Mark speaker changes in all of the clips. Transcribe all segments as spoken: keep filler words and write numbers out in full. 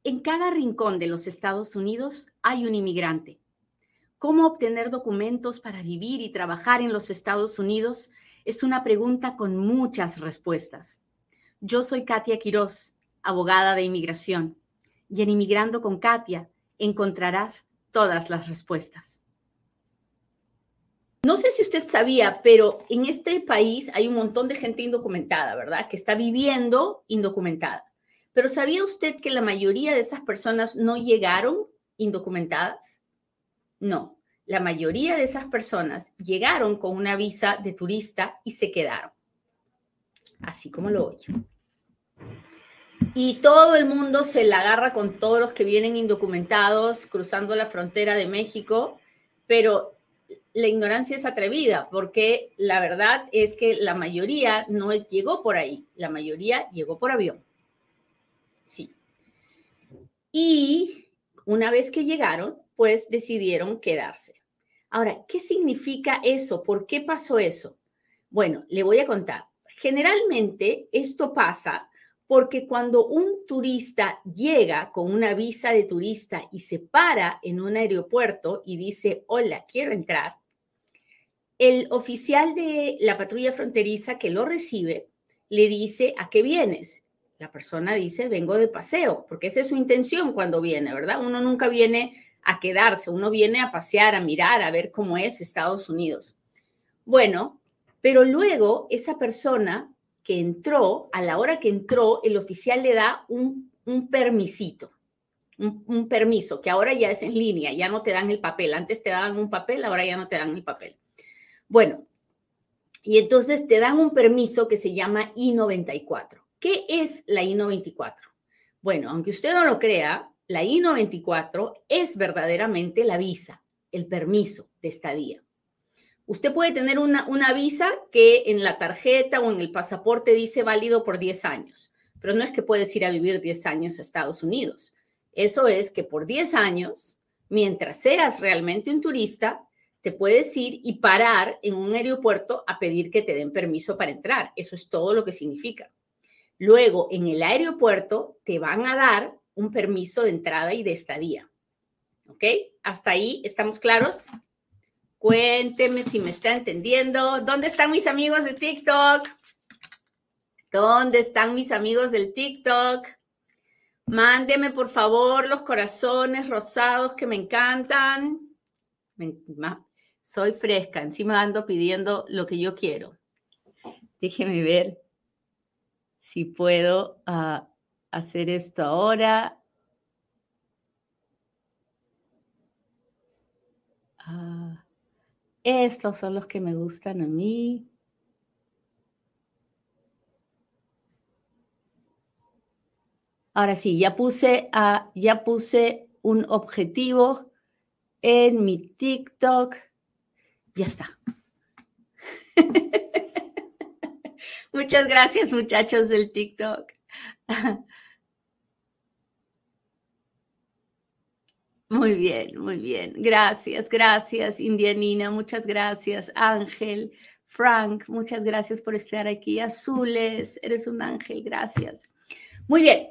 Speaker 1: En cada rincón de los Estados Unidos hay un inmigrante. ¿Cómo obtener documentos para vivir y trabajar en los Estados Unidos? Es una pregunta con muchas respuestas. Yo soy Katia Quiroz, abogada de inmigración, y en Inmigrando con Katia encontrarás todas las respuestas. No sé si usted sabía, pero en este país hay un montón de gente indocumentada, ¿verdad? Que está viviendo indocumentada. Pero ¿sabía usted que la mayoría de esas personas no llegaron indocumentadas? No, la mayoría de esas personas llegaron con una visa de turista y se quedaron. Así como lo oye. Y todo el mundo se la agarra con todos los que vienen indocumentados cruzando la frontera de México, pero la ignorancia es atrevida porque la verdad es que la mayoría no llegó por ahí, la mayoría llegó por avión. Sí. Y una vez que llegaron, pues decidieron quedarse. Ahora, ¿qué significa eso? ¿Por qué pasó eso? Bueno, le voy a contar. Generalmente esto pasa porque cuando un turista llega con una visa de turista y se para en un aeropuerto y dice, hola, quiero entrar, el oficial de la patrulla fronteriza que lo recibe le dice, ¿a qué vienes? La persona dice, vengo de paseo, porque esa es su intención cuando viene, ¿verdad? Uno nunca viene a quedarse, uno viene a pasear, a mirar, a ver cómo es Estados Unidos. Bueno, pero luego esa persona que entró, a la hora que entró, el oficial le da un, un permisito, un, un permiso, que ahora ya es en línea, ya no te dan el papel. Antes te daban un papel, ahora ya no te dan el papel. Bueno, y entonces te dan un permiso que se llama I noventa y cuatro. ¿Qué es la I noventa y cuatro? Bueno, aunque usted no lo crea, la I noventa y cuatro es verdaderamente la visa, el permiso de estadía. Usted puede tener una, una visa que en la tarjeta o en el pasaporte dice válido por diez años, pero no es que puedes ir a vivir diez años a Estados Unidos. Eso es que por diez años, mientras seas realmente un turista, te puedes ir y parar en un aeropuerto a pedir que te den permiso para entrar. Eso es todo lo que significa. Luego, en el aeropuerto, te van a dar un permiso de entrada y de estadía. ¿Ok? ¿Hasta ahí estamos claros? Cuénteme si me está entendiendo. ¿Dónde están mis amigos de TikTok? ¿Dónde están mis amigos del TikTok? Mándeme, por favor, los corazones rosados que me encantan. Soy fresca, encima ando pidiendo lo que yo quiero. Déjeme ver si puedo uh, hacer esto ahora. Uh, estos son los que me gustan a mí. Ahora sí, ya puse, uh, ya puse un objetivo en mi TikTok. Ya está. Muchas gracias, muchachos del TikTok. Muy bien, muy bien. Gracias, gracias, Indianina. Muchas gracias, Ángel, Frank. Muchas gracias por estar aquí. Azules, eres un ángel. Gracias. Muy bien.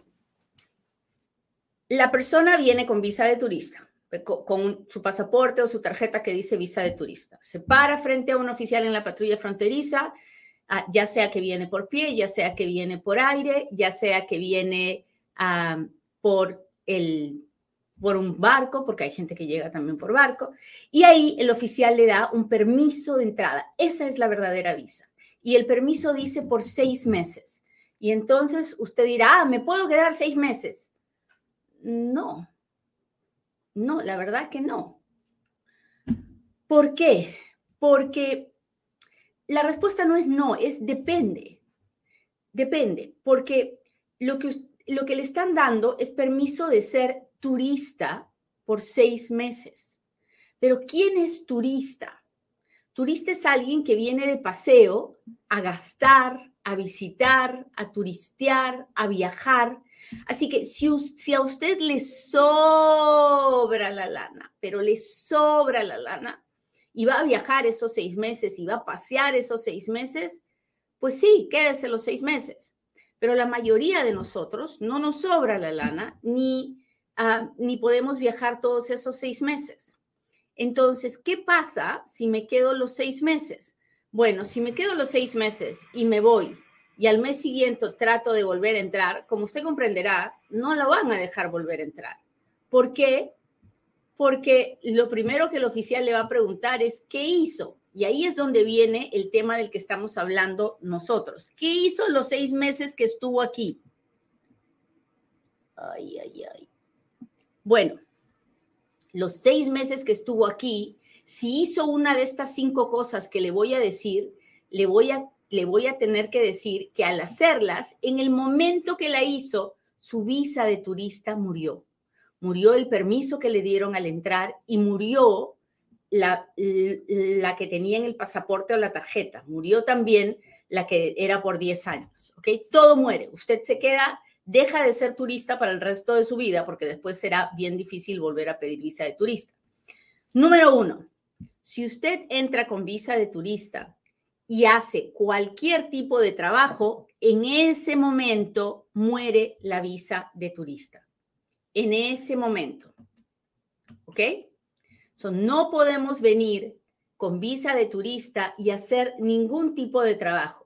Speaker 1: La persona viene con visa de turista, con, con su pasaporte o su tarjeta que dice visa de turista. Se para frente a un oficial en la patrulla fronteriza, ya sea que viene por pie, ya sea que viene por aire, ya sea que viene um, por, el, por un barco, porque hay gente que llega también por barco, y ahí el oficial le da un permiso de entrada. Esa es la verdadera visa. Y el permiso dice por seis meses. Y entonces usted dirá, ah, ¿me puedo quedar seis meses? No, no, la verdad que no. ¿Por qué? Porque la respuesta no es no, es depende. Depende, porque lo que, lo que le están dando es permiso de ser turista por seis meses. Pero ¿quién es turista? Turista es alguien que viene de paseo a gastar, a visitar, a turistear, a viajar. Así que si, si a usted le sobra la lana, pero le sobra la lana, y va a viajar esos seis meses y va a pasear esos seis meses, pues sí, quédese los seis meses. pero la mayoría de nosotros no nos sobra la lana ni, uh, ni podemos viajar todos esos seis meses. Entonces, ¿qué pasa si me quedo los seis meses? Bueno, si me quedo los seis meses y me voy y al mes siguiente trato de volver a entrar, como usted comprenderá, no lo van a dejar volver a entrar. ¿Por qué? Porque lo primero que el oficial le va a preguntar es, ¿qué hizo? Y ahí es donde viene el tema del que estamos hablando nosotros. ¿Qué hizo los seis meses que estuvo aquí? Ay, ay, ay. Bueno, los seis meses que estuvo aquí, si hizo una de estas cinco cosas que le voy a decir, le voy a, le voy a tener que decir que al hacerlas, en el momento que la hizo, su visa de turista murió. Murió el permiso que le dieron al entrar y murió la, la que tenía en el pasaporte o la tarjeta. Murió también la que era por diez años. ¿Ok? Todo muere. Usted se queda, deja de ser turista para el resto de su vida porque después será bien difícil volver a pedir visa de turista. Número uno, si usted entra con visa de turista y hace cualquier tipo de trabajo, en ese momento muere la visa de turista. En ese momento. ¿Ok? So, no podemos venir con visa de turista y hacer ningún tipo de trabajo.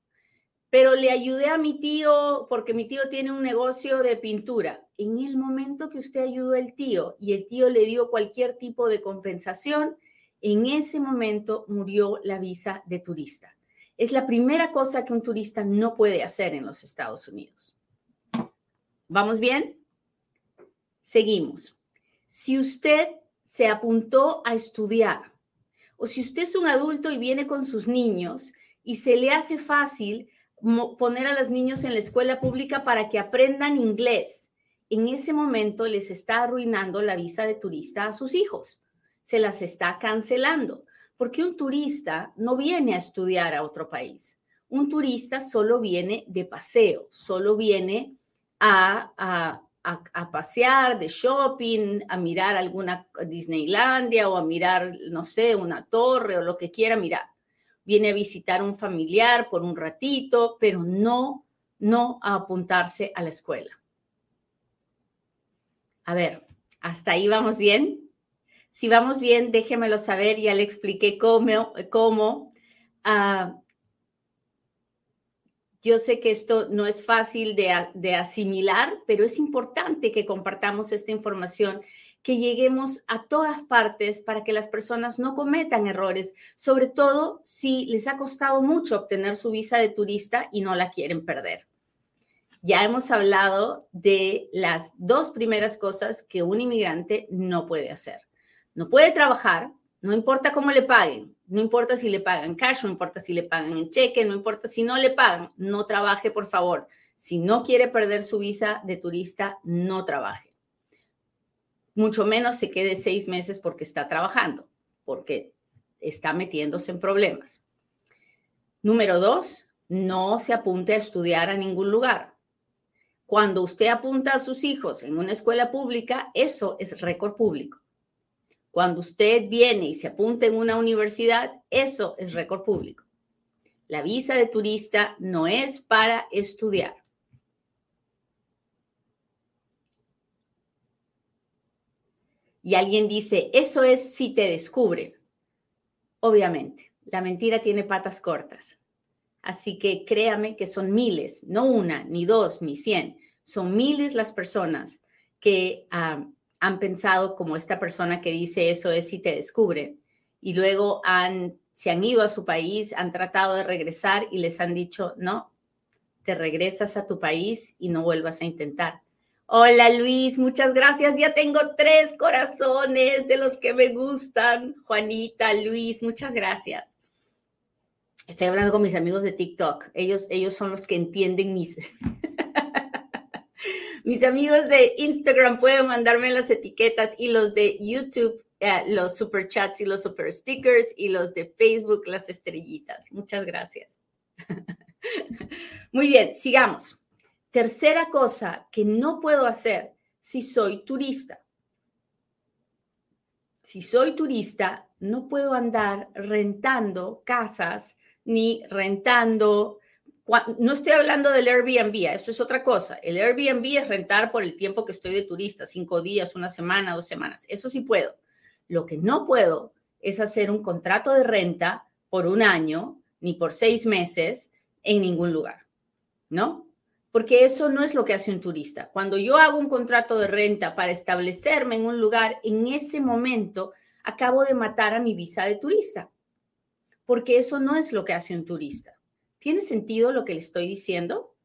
Speaker 1: Pero le ayudé a mi tío porque mi tío tiene un negocio de pintura. En el momento que usted ayudó al tío y el tío le dio cualquier tipo de compensación, en ese momento murió la visa de turista. Es la primera cosa que un turista no puede hacer en los Estados Unidos. ¿Vamos bien? Seguimos. Si usted se apuntó a estudiar o si usted es un adulto y viene con sus niños y se le hace fácil poner a los niños en la escuela pública para que aprendan inglés, en ese momento les está arruinando la visa de turista a sus hijos. Se las está cancelando porque un turista no viene a estudiar a otro país. Un turista solo viene de paseo, solo viene a... a A, a pasear, de shopping, a mirar alguna Disneylandia o a mirar, no sé, una torre o lo que quiera mirar. Viene a visitar a un familiar por un ratito, pero no, no a apuntarse a la escuela. A ver, ¿hasta ahí vamos bien? Si vamos bien, déjemelo saber. Ya le expliqué cómo, cómo uh, yo sé que esto no es fácil de, de asimilar, pero es importante que compartamos esta información, que lleguemos a todas partes para que las personas no cometan errores, sobre todo si les ha costado mucho obtener su visa de turista y no la quieren perder. Ya hemos hablado de las dos primeras cosas que un inmigrante no puede hacer. No puede trabajar, no importa cómo le paguen. No importa si le pagan cash, no importa si le pagan en cheque, no importa si no le pagan, no trabaje, por favor. Si no quiere perder su visa de turista, no trabaje. Mucho menos se quede seis meses porque está trabajando, porque está metiéndose en problemas. Número dos, no se apunte a estudiar a ningún lugar. Cuando usted apunta a sus hijos en una escuela pública, eso es récord público. Cuando usted viene y se apunta en una universidad, eso es récord público. La visa de turista no es para estudiar. Y alguien dice, eso es si te descubren. Obviamente, la mentira tiene patas cortas. Así que créame que son miles, no una, ni dos, ni cien. Son miles las personas que... Um, han pensado como esta persona que dice eso es si te descubren y luego han, se han ido a su país, han tratado de regresar y les han dicho, no, te regresas a tu país y no vuelvas a intentar. Hola Luis, muchas gracias. Ya tengo tres corazones de los que me gustan. Juanita, Luis, muchas gracias. Estoy hablando con mis amigos de TikTok. Ellos, ellos son los que entienden mis... Mis amigos de Instagram pueden mandarme las etiquetas y los de YouTube, eh, los super chats y los super stickers y los de Facebook, las estrellitas. Muchas gracias. Muy bien, sigamos. Tercera cosa que no puedo hacer si soy turista. Si soy turista, no puedo andar rentando casas ni rentando no estoy hablando del Airbnb, eso es otra cosa. El Airbnb es rentar por el tiempo que estoy de turista, cinco días, una semana, dos semanas. Eso sí puedo. Lo que no puedo es hacer un contrato de renta por un año ni por seis meses en ningún lugar, ¿no? Porque eso no es lo que hace un turista. Cuando yo hago un contrato de renta para establecerme en un lugar, en ese momento acabo de matar a mi visa de turista, porque eso no es lo que hace un turista. ¿Tiene sentido lo que le estoy diciendo?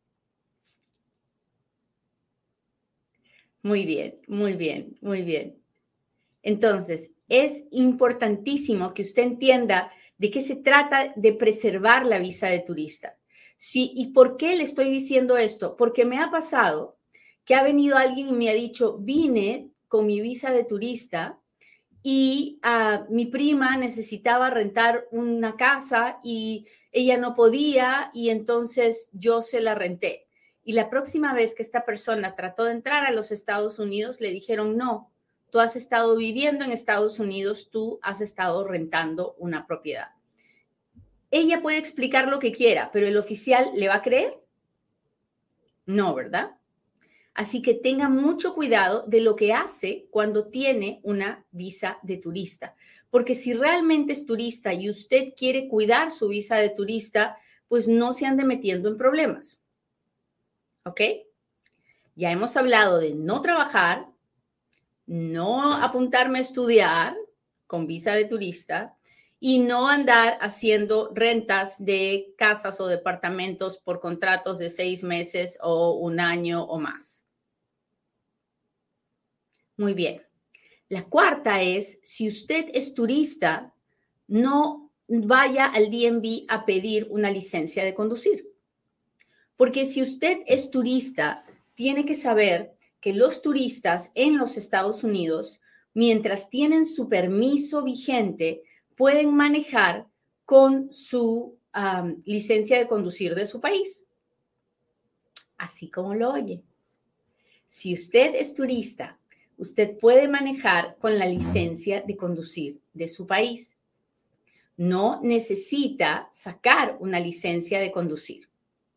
Speaker 1: Muy bien, muy bien, muy bien. Entonces, es importantísimo que usted entienda de qué se trata de preservar la visa de turista. Sí, ¿y por qué le estoy diciendo esto? Porque me ha pasado que ha venido alguien y me ha dicho, vine con mi visa de turista y uh, mi prima necesitaba rentar una casa y ella no podía y entonces yo se la renté. Y la próxima vez que esta persona trató de entrar a los Estados Unidos, le dijeron, no, tú has estado viviendo en Estados Unidos, tú has estado rentando una propiedad. Ella puede explicar lo que quiera, pero ¿el oficial le va a creer? No, ¿verdad? Así que tenga mucho cuidado de lo que hace cuando tiene una visa de turista. Porque si realmente es turista y usted quiere cuidar su visa de turista, pues no se ande metiendo en problemas. ¿Ok? Ya hemos hablado de no trabajar, no apuntarme a estudiar con visa de turista y no andar haciendo rentas de casas o departamentos por contratos de seis meses o un año o más. Muy bien. La cuarta es, si usted es turista, no vaya al D M V a pedir una licencia de conducir. Porque si usted es turista, tiene que saber que los turistas en los Estados Unidos, mientras tienen su permiso vigente, pueden manejar con su um, licencia de conducir de su país. Así como lo oye. Si usted es turista, usted puede manejar con la licencia de conducir de su país. No necesita sacar una licencia de conducir.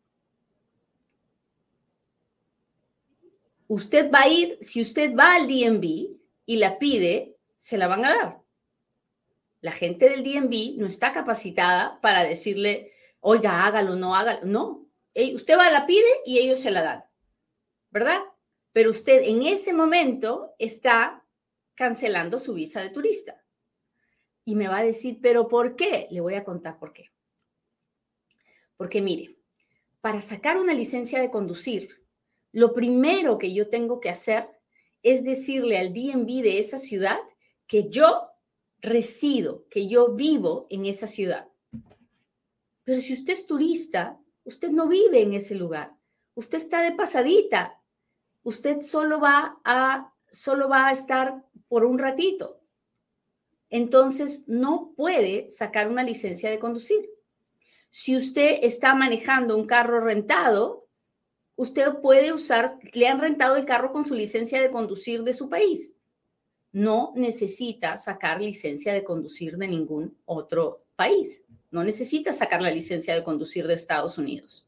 Speaker 1: Usted va a ir, si usted va al D M V y la pide, se la van a dar. La gente del D M V no está capacitada para decirle, oiga, hágalo, no hágalo. No, usted va, la pide y ellos se la dan, ¿verdad? Pero usted en ese momento está cancelando su visa de turista. Y me va a decir, ¿pero por qué? Le voy a contar por qué. Porque mire, para sacar una licencia de conducir, lo primero que yo tengo que hacer es decirle al D M V de esa ciudad que yo resido, que yo vivo en esa ciudad. Pero si usted es turista, usted no vive en ese lugar. Usted está de pasadita. Usted solo va a, solo va a estar por un ratito. Entonces, no puede sacar una licencia de conducir. Si usted está manejando un carro rentado, usted puede usar, le han rentado el carro con su licencia de conducir de su país. No necesita sacar licencia de conducir de ningún otro país. No necesita sacar la licencia de conducir de Estados Unidos.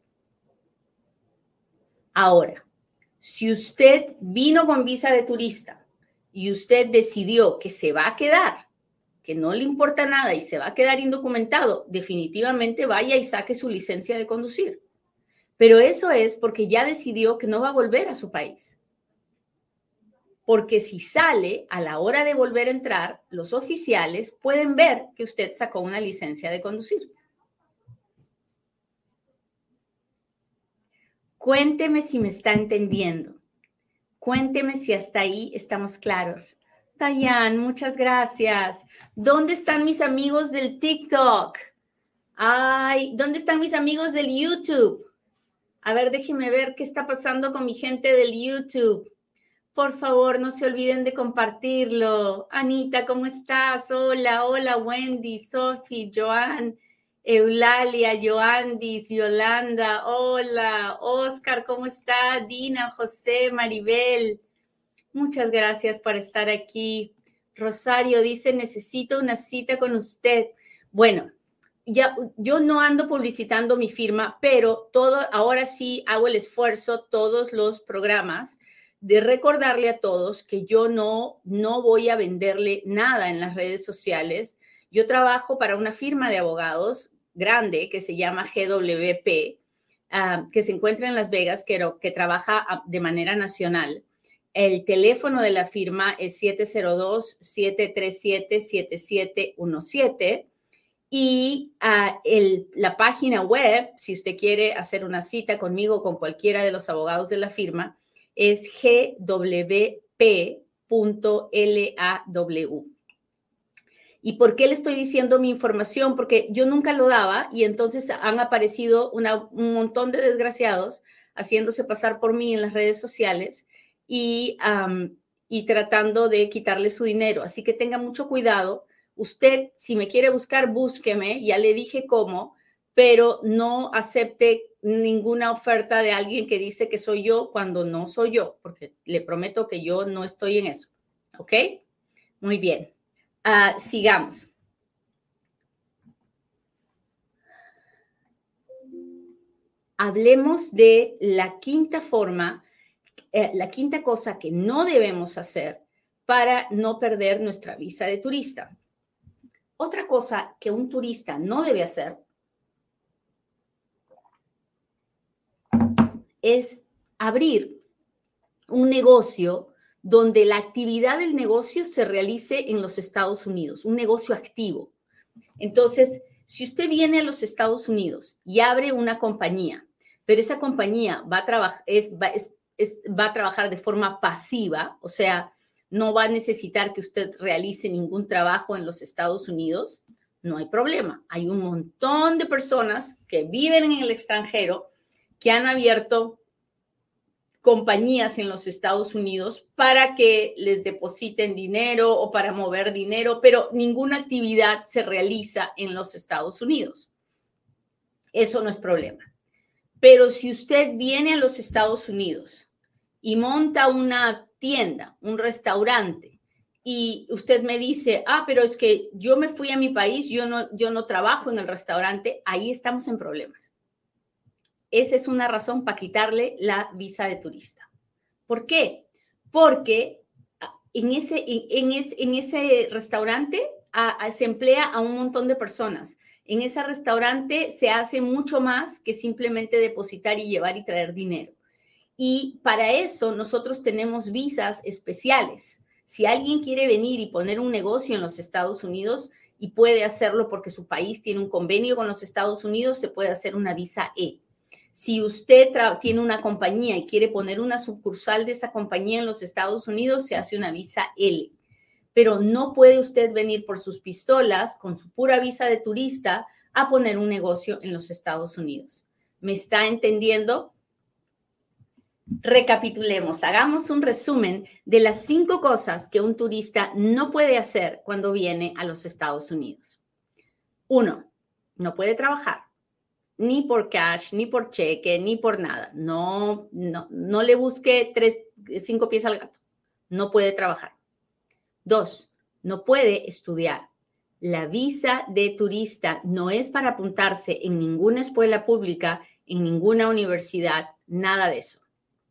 Speaker 1: Ahora, si usted vino con visa de turista y usted decidió que se va a quedar, que no le importa nada y se va a quedar indocumentado, definitivamente vaya y saque su licencia de conducir. Pero eso es porque ya decidió que no va a volver a su país. Porque si sale, a la hora de volver a entrar, los oficiales pueden ver que usted sacó una licencia de conducir. Cuénteme si me está entendiendo. Cuénteme si hasta ahí estamos claros. Dayan, muchas gracias. ¿Dónde están mis amigos del TikTok? Ay, ¿dónde están mis amigos del YouTube? A ver, déjenme ver qué está pasando con mi gente del YouTube. Por favor, no se olviden de compartirlo. Anita, ¿cómo estás? Hola, hola, Wendy, Sophie, Joan, Eulalia, Joandis, Yolanda, hola, Oscar, ¿cómo está? Dina, José, Maribel. Muchas gracias por estar aquí. Rosario dice, necesito una cita con usted. Bueno, ya, yo no ando publicitando mi firma, pero todo, ahora sí hago el esfuerzo, todos los programas, de recordarle a todos que yo no, no voy a venderle nada en las redes sociales. Yo trabajo para una firma de abogados grande que se llama G W P, uh, que se encuentra en Las Vegas, que, que trabaja de manera nacional. El teléfono de la firma es siete cero dos, siete tres siete, siete siete uno siete. Y uh, el, la página web, si usted quiere hacer una cita conmigo o con cualquiera de los abogados de la firma, es g w p punto law. ¿Y por qué le estoy diciendo mi información? Porque yo nunca lo daba y entonces han aparecido una, un montón de desgraciados haciéndose pasar por mí en las redes sociales y, um, y tratando de quitarle su dinero. Así que tenga mucho cuidado. Usted, si me quiere buscar, búsqueme, ya le dije cómo, pero no acepte ninguna oferta de alguien que dice que soy yo cuando no soy yo, porque le prometo que yo no estoy en eso. ¿Ok? Muy bien. Uh, sigamos. Hablemos de la quinta forma, eh, la quinta cosa que no debemos hacer para no perder nuestra visa de turista. Otra cosa que un turista no debe hacer es abrir un negocio donde la actividad del negocio se realice en los Estados Unidos, un negocio activo. Entonces, si usted viene a los Estados Unidos y abre una compañía, pero esa compañía va a, traba- es, va, es, es, va a trabajar de forma pasiva, o sea, no va a necesitar que usted realice ningún trabajo en los Estados Unidos, no hay problema. Hay un montón de personas que viven en el extranjero que han abierto compañías en los Estados Unidos para que les depositen dinero o para mover dinero, pero ninguna actividad se realiza en los Estados Unidos. Eso no es problema. Pero si usted viene a los Estados Unidos y monta una tienda, un restaurante, y usted me dice, ah, pero es que yo me fui a mi país, yo no, yo no trabajo en el restaurante, ahí estamos en problemas. Esa es una razón para quitarle la visa de turista. ¿Por qué? Porque en ese, en, en ese, en ese restaurante a, a, se emplea a un montón de personas. En ese restaurante se hace mucho más que simplemente depositar y llevar y traer dinero. Y para eso nosotros tenemos visas especiales. Si alguien quiere venir y poner un negocio en los Estados Unidos y puede hacerlo porque su país tiene un convenio con los Estados Unidos, se puede hacer una visa E. Si usted tiene una compañía y quiere poner una sucursal de esa compañía en los Estados Unidos, se hace una visa L. Pero no puede usted venir por sus pistolas con su pura visa de turista a poner un negocio en los Estados Unidos. ¿Me está entendiendo? Recapitulemos, hagamos un resumen de las cinco cosas que un turista no puede hacer cuando viene a los Estados Unidos. Uno, no puede trabajar. Ni por cash, ni por cheque, ni por nada. No, no, no le busque tres, cinco pies al gato. No puede trabajar. Dos, no puede estudiar. La visa de turista no es para apuntarse en ninguna escuela pública, en ninguna universidad, nada de eso.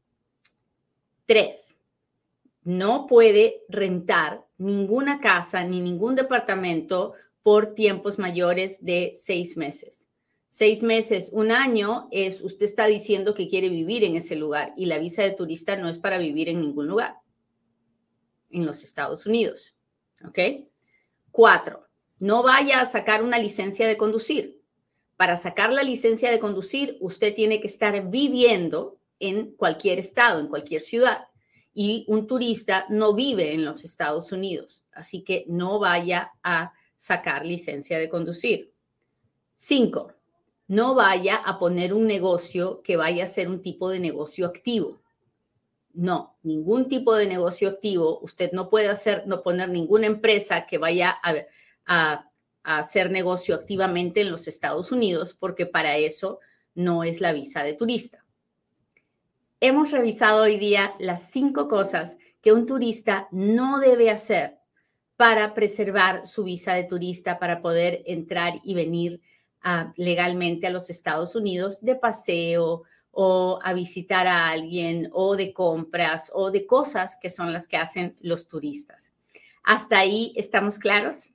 Speaker 1: Tres, no puede rentar ninguna casa ni ningún departamento por tiempos mayores de seis meses. Seis meses, un año, es usted está diciendo que quiere vivir en ese lugar y la visa de turista no es para vivir en ningún lugar en los Estados Unidos. ¿Ok? Cuatro, no vaya a sacar una licencia de conducir. Para sacar la licencia de conducir, usted tiene que estar viviendo en cualquier estado, en cualquier ciudad. Y un turista no vive en los Estados Unidos, así que no vaya a sacar licencia de conducir. Cinco, no vaya a poner un negocio que vaya a ser un tipo de negocio activo. No, ningún tipo de negocio activo. Usted no puede hacer, no poner ninguna empresa que vaya a, a, a hacer negocio activamente en los Estados Unidos, porque para eso no es la visa de turista. Hemos revisado hoy día las cinco cosas que un turista no debe hacer para preservar su visa de turista, para poder entrar y venir uh, legalmente a los Estados Unidos de paseo o a visitar a alguien o de compras o de cosas que son las que hacen los turistas. ¿Hasta ahí estamos claros?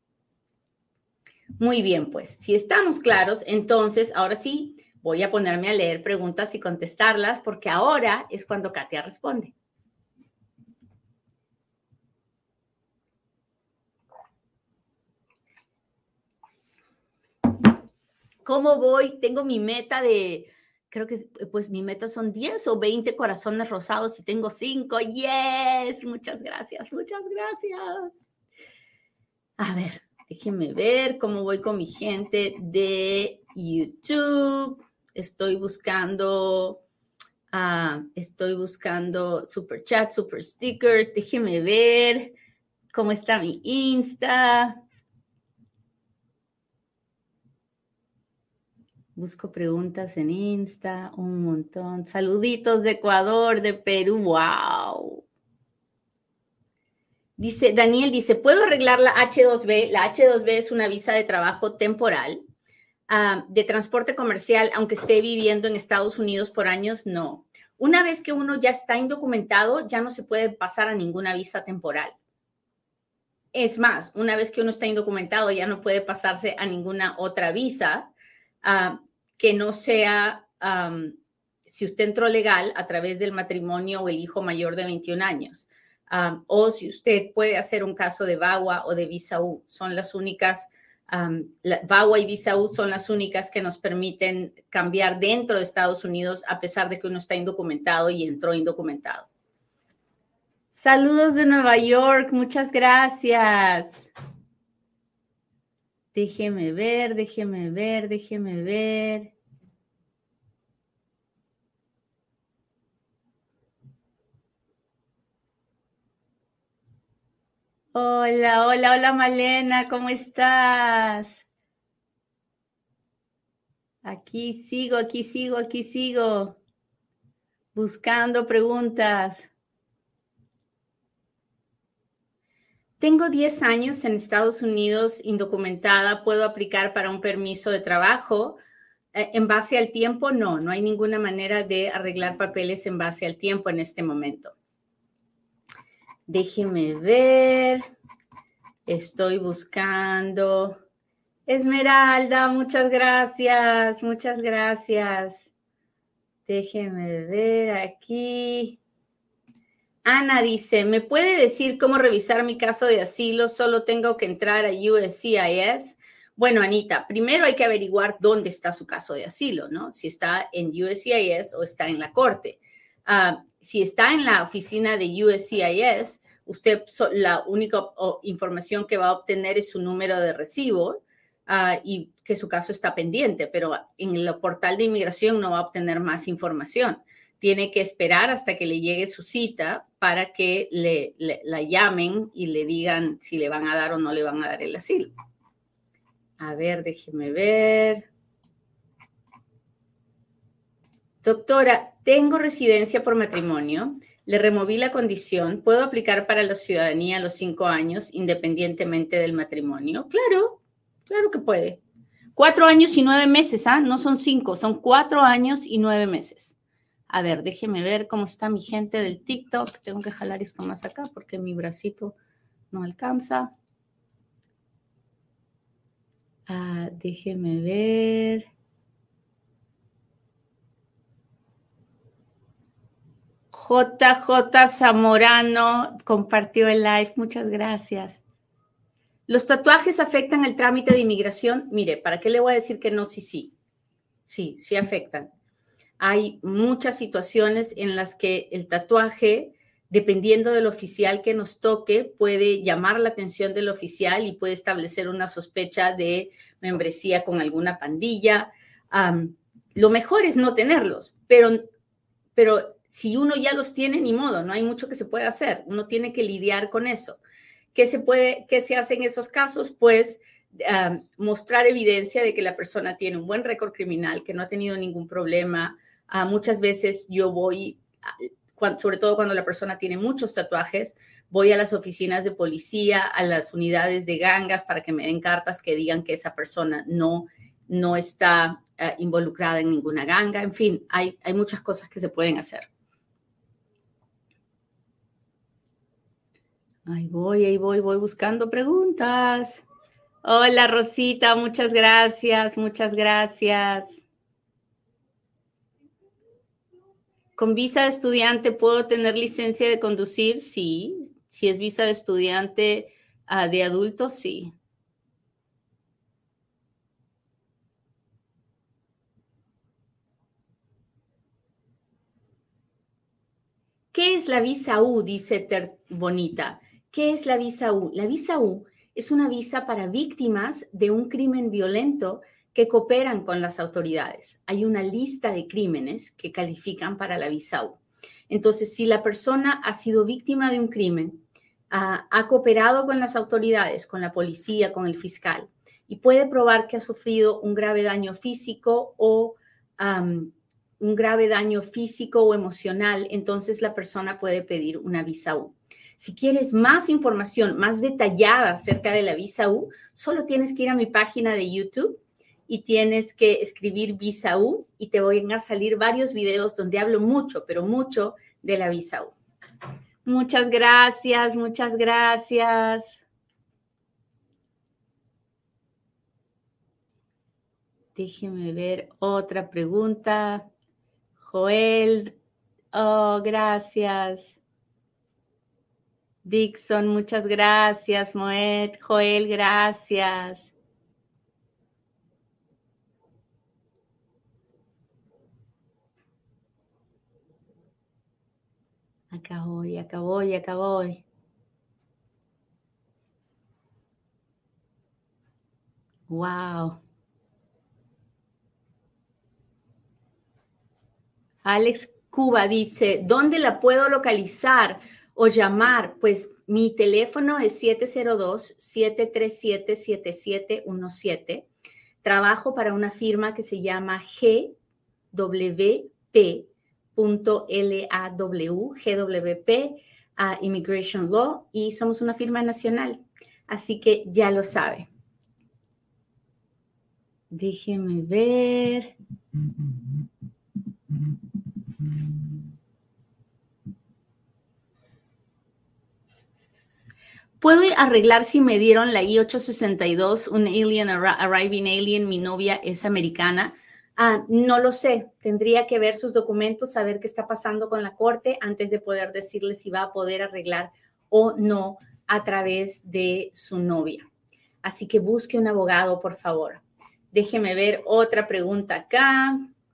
Speaker 1: Muy bien, pues, si estamos claros, entonces ahora sí voy a ponerme a leer preguntas y contestarlas porque ahora es cuando Katia responde. ¿Cómo voy? Tengo mi meta de, creo que pues mi meta son diez o veinte corazones rosados y tengo cinco. ¡Yes! Muchas gracias, muchas gracias. A ver, déjenme ver cómo voy con mi gente de YouTube. Estoy buscando, uh, estoy buscando super chat, super stickers. Déjenme ver cómo está mi Insta. Busco preguntas en Insta, un montón. Saluditos de Ecuador, de Perú. ¡Wow! Dice, Daniel dice, ¿puedo arreglar la H dos B? La H dos B es una visa de trabajo temporal, uh, de transporte comercial, aunque esté viviendo en Estados Unidos por años, no. Una vez que uno ya está indocumentado, ya no se puede pasar a ninguna visa temporal. Es más, una vez que uno está indocumentado, ya no puede pasarse a ninguna otra visa uh, que no sea, um, si usted entró legal a través del matrimonio o el hijo mayor de veintiún años. Um, o si usted puede hacer un caso de VAWA o de Visa U. Son las únicas, um, la, VAWA y Visa U son las únicas que nos permiten cambiar dentro de Estados Unidos a pesar de que uno está indocumentado y entró indocumentado. Saludos de Nueva York, muchas gracias. Déjeme ver, déjeme ver, déjeme ver. Hola, hola, hola Malena, ¿cómo estás? Aquí sigo, aquí sigo, aquí sigo. Buscando preguntas. Tengo diez años en Estados Unidos indocumentada. ¿Puedo aplicar para un permiso de trabajo? Eh, ¿En base al tiempo? No, no hay ninguna manera de arreglar papeles en base al tiempo en este momento. Déjeme ver. Estoy buscando. Esmeralda, muchas gracias, muchas gracias. Déjeme ver aquí. Ana dice, ¿me puede decir cómo revisar mi caso de asilo? Solo tengo que entrar a U S C I S. Bueno, Anita, primero hay que averiguar dónde está su caso de asilo, ¿no? Si está en U S C I S o está en la corte. Uh, si está en la oficina de U S C I S, usted la única información que va a obtener es su número de recibo uh, y que su caso está pendiente, pero en el portal de inmigración no va a obtener más información. Tiene que esperar hasta que le llegue su cita para que le, le, la llamen y le digan si le van a dar o no le van a dar el asilo. A ver, déjeme ver. Doctora, tengo residencia por matrimonio. Le removí la condición. ¿Puedo aplicar para la ciudadanía a los cinco años independientemente del matrimonio? Claro, claro que puede. Cuatro años y nueve meses, ¿ah? No son cinco, son cuatro años y nueve meses. A ver, déjeme ver cómo está mi gente del TikTok. Tengo que jalar esto más acá porque mi bracito no alcanza. Ah, déjeme ver. J J Zamorano compartió el live. Muchas gracias. ¿Los tatuajes afectan el trámite de inmigración? Mire, ¿para qué le voy a decir que no? Sí, sí. Sí, sí afectan. Hay muchas situaciones en las que el tatuaje, dependiendo del oficial que nos toque, puede llamar la atención del oficial y puede establecer una sospecha de membresía con alguna pandilla. Um, lo mejor es no tenerlos, pero, pero si uno ya los tiene, ni modo, no hay mucho que se pueda hacer. Uno tiene que lidiar con eso. ¿Qué se puede, qué se hace en esos casos? Pues um, mostrar evidencia de que la persona tiene un buen récord criminal, que no ha tenido ningún problema. Uh, muchas veces yo voy, cuando, sobre todo cuando la persona tiene muchos tatuajes, voy a las oficinas de policía, a las unidades de gangas para que me den cartas que digan que esa persona no, no está uh, involucrada en ninguna ganga. En fin, hay, hay muchas cosas que se pueden hacer. Ahí voy, ahí voy, voy buscando preguntas. Hola, Rosita, muchas gracias, muchas gracias. ¿Con visa de estudiante puedo tener licencia de conducir? Sí. Si es visa de estudiante uh, de adultos, sí. ¿Qué es la visa U? Dice Ter Bonita. ¿Qué es la visa U? La visa U es una visa para víctimas de un crimen violento que cooperan con las autoridades. Hay una lista de crímenes que califican para la visa U. Entonces, si la persona ha sido víctima de un crimen, uh, ha cooperado con las autoridades, con la policía, con el fiscal, y puede probar que ha sufrido un grave daño físico o um, un grave daño físico o emocional, entonces la persona puede pedir una visa U. Si quieres más información, más detallada acerca de la visa U, solo tienes que ir a mi página de YouTube y tienes que escribir visa U y te van a salir varios videos donde hablo mucho, pero mucho de la visa U. Muchas gracias, muchas gracias. Déjeme ver otra pregunta. Joel, oh, gracias. Dixon, muchas gracias. Moet, Joel, gracias. Acá voy, acá voy, acá voy. Wow. Alex Cuba dice, ¿dónde la puedo localizar o llamar? Pues mi teléfono es siete cero dos, siete tres siete, siete siete uno siete. Trabajo para una firma que se llama G W P punto L A W, G W P, uh, Immigration Law, y somos una firma nacional. Así que ya lo sabe. Déjeme ver. ¿Puedo arreglar si me dieron la I ocho sesenta y dos, un alien, arriving alien, mi novia es americana? Ah, no lo sé. Tendría que ver sus documentos, saber qué está pasando con la corte antes de poder decirle si va a poder arreglar o no a través de su novia. Así que busque un abogado, por favor. Déjeme ver otra pregunta acá.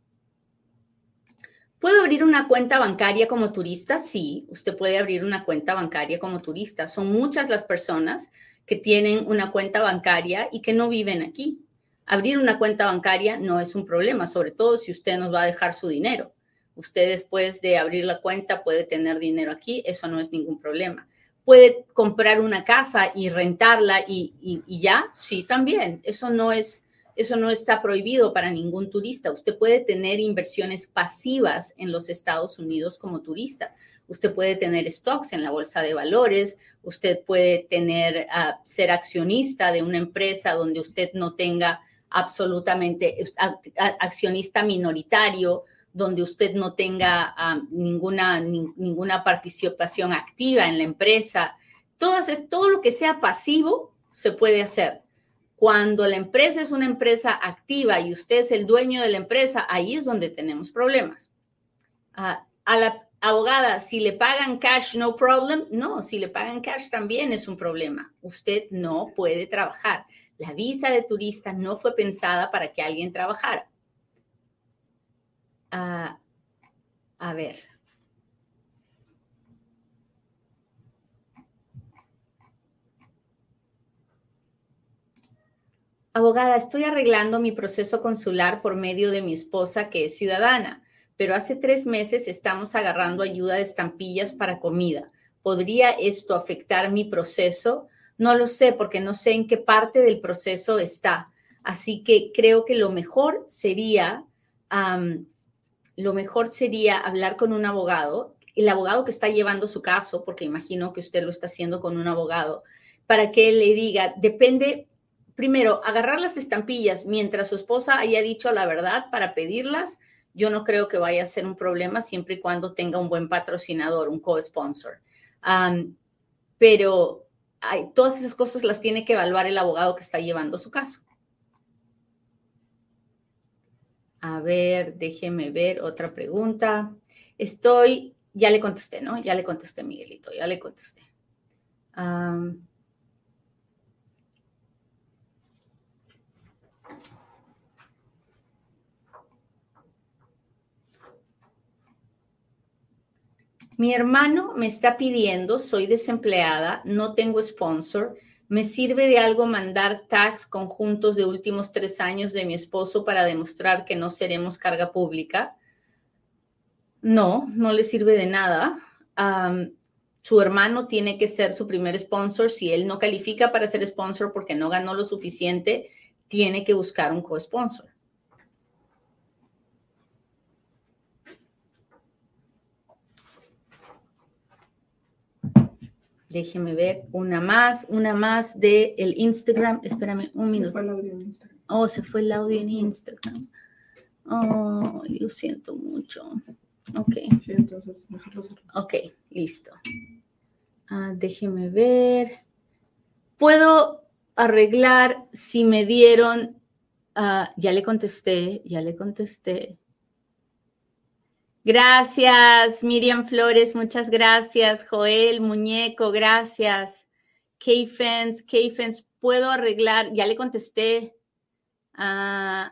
Speaker 1: ¿Puedo abrir una cuenta bancaria como turista? Sí, usted puede abrir una cuenta bancaria como turista. Son muchas las personas que tienen una cuenta bancaria y que no viven aquí. Abrir una cuenta bancaria no es un problema, sobre todo si usted nos va a dejar su dinero. Usted después de abrir la cuenta puede tener dinero aquí, eso no es ningún problema. ¿Puede comprar una casa y rentarla y, y, y ya? Sí, también. Eso no es... Eso no está prohibido para ningún turista. Usted puede tener inversiones pasivas en los Estados Unidos como turista. Usted puede tener stocks en la bolsa de valores. Usted puede tener, uh, ser accionista de una empresa donde usted no tenga absolutamente accionista minoritario, donde usted no tenga uh, ninguna, ni, ninguna participación activa en la empresa. Todo, todo lo que sea pasivo se puede hacer. Cuando la empresa es una empresa activa y usted es el dueño de la empresa, ahí es donde tenemos problemas. Uh, a la abogada, si le pagan cash, no problem. No, si le pagan cash también es un problema. Usted no puede trabajar. La visa de turista no fue pensada para que alguien trabajara. Uh, a ver. Abogada, estoy arreglando mi proceso consular por medio de mi esposa, que es ciudadana, pero hace tres meses estamos agarrando ayuda de estampillas para comida. ¿Podría esto afectar mi proceso? No lo sé, porque no sé en qué parte del proceso está. Así que creo que lo mejor sería, um, lo mejor sería hablar con un abogado, el abogado que está llevando su caso, porque imagino que usted lo está haciendo con un abogado, para que él le diga, depende primero, agarrar las estampillas mientras su esposa haya dicho la verdad para pedirlas, yo no creo que vaya a ser un problema siempre y cuando tenga un buen patrocinador, un co-sponsor. Um, pero hay, todas esas cosas las tiene que evaluar el abogado que está llevando su caso. A ver, déjeme ver otra pregunta. Estoy, ya le contesté, ¿no? Ya le contesté, Miguelito, ya le contesté. Um, Mi hermano me está pidiendo, soy desempleada, no tengo sponsor, ¿me sirve de algo mandar tax conjuntos de últimos tres años de mi esposo para demostrar que no seremos carga pública? No, no le sirve de nada. Um, su hermano tiene que ser su primer sponsor. Si él no califica para ser sponsor porque no ganó lo suficiente, tiene que buscar un co-sponsor. Déjeme ver una más, una más de el Instagram. Espérame un minuto. Se fue el audio en Instagram. Oh, se fue el audio en Instagram. Oh, lo siento mucho. Ok. Sí, entonces, dejarlo cerrar. Ok, listo. Uh, déjeme ver. ¿Puedo arreglar si me dieron? Uh, ya le contesté, ya le contesté. Gracias, Miriam Flores, muchas gracias. Joel, Muñeco, gracias. K-Fence, K-Fence, ¿puedo arreglar? Ya le contesté. Uh,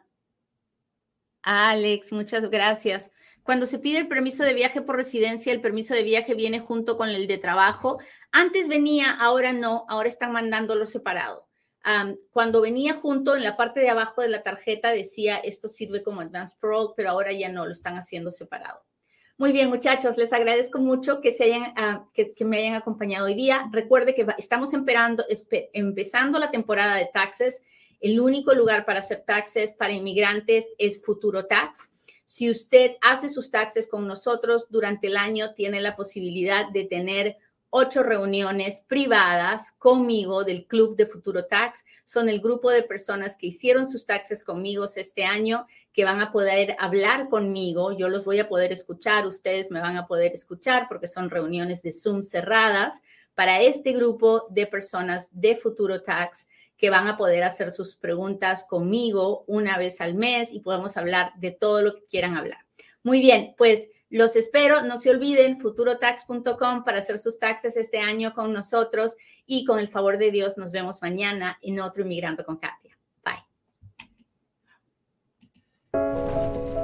Speaker 1: Alex, muchas gracias. Cuando se pide el permiso de viaje por residencia, el permiso de viaje viene junto con el de trabajo. Antes venía, ahora no, ahora están mandándolo separado. Um, cuando venía junto, en la parte de abajo de la tarjeta decía, esto sirve como Advanced Parole, pero ahora ya no, lo están haciendo separado. Muy bien, muchachos, les agradezco mucho que, se hayan, uh, que, que me hayan acompañado hoy día. Recuerde que va, estamos esperando, espe, empezando la temporada de taxes. El único lugar para hacer taxes para inmigrantes es Futuro Tax. Si usted hace sus taxes con nosotros durante el año, tiene la posibilidad de tener ocho reuniones privadas conmigo del Club de Futuro Tax. Son el grupo de personas que hicieron sus taxes conmigo este año, que van a poder hablar conmigo. Yo los voy a poder escuchar, ustedes me van a poder escuchar porque son reuniones de Zoom cerradas para este grupo de personas de Futuro Tax que van a poder hacer sus preguntas conmigo una vez al mes y podemos hablar de todo lo que quieran hablar. Muy bien, pues los espero. No se olviden, futuro tax punto com para hacer sus taxes este año con nosotros y con el favor de Dios nos vemos mañana en otro Inmigrando con Katia. Bye.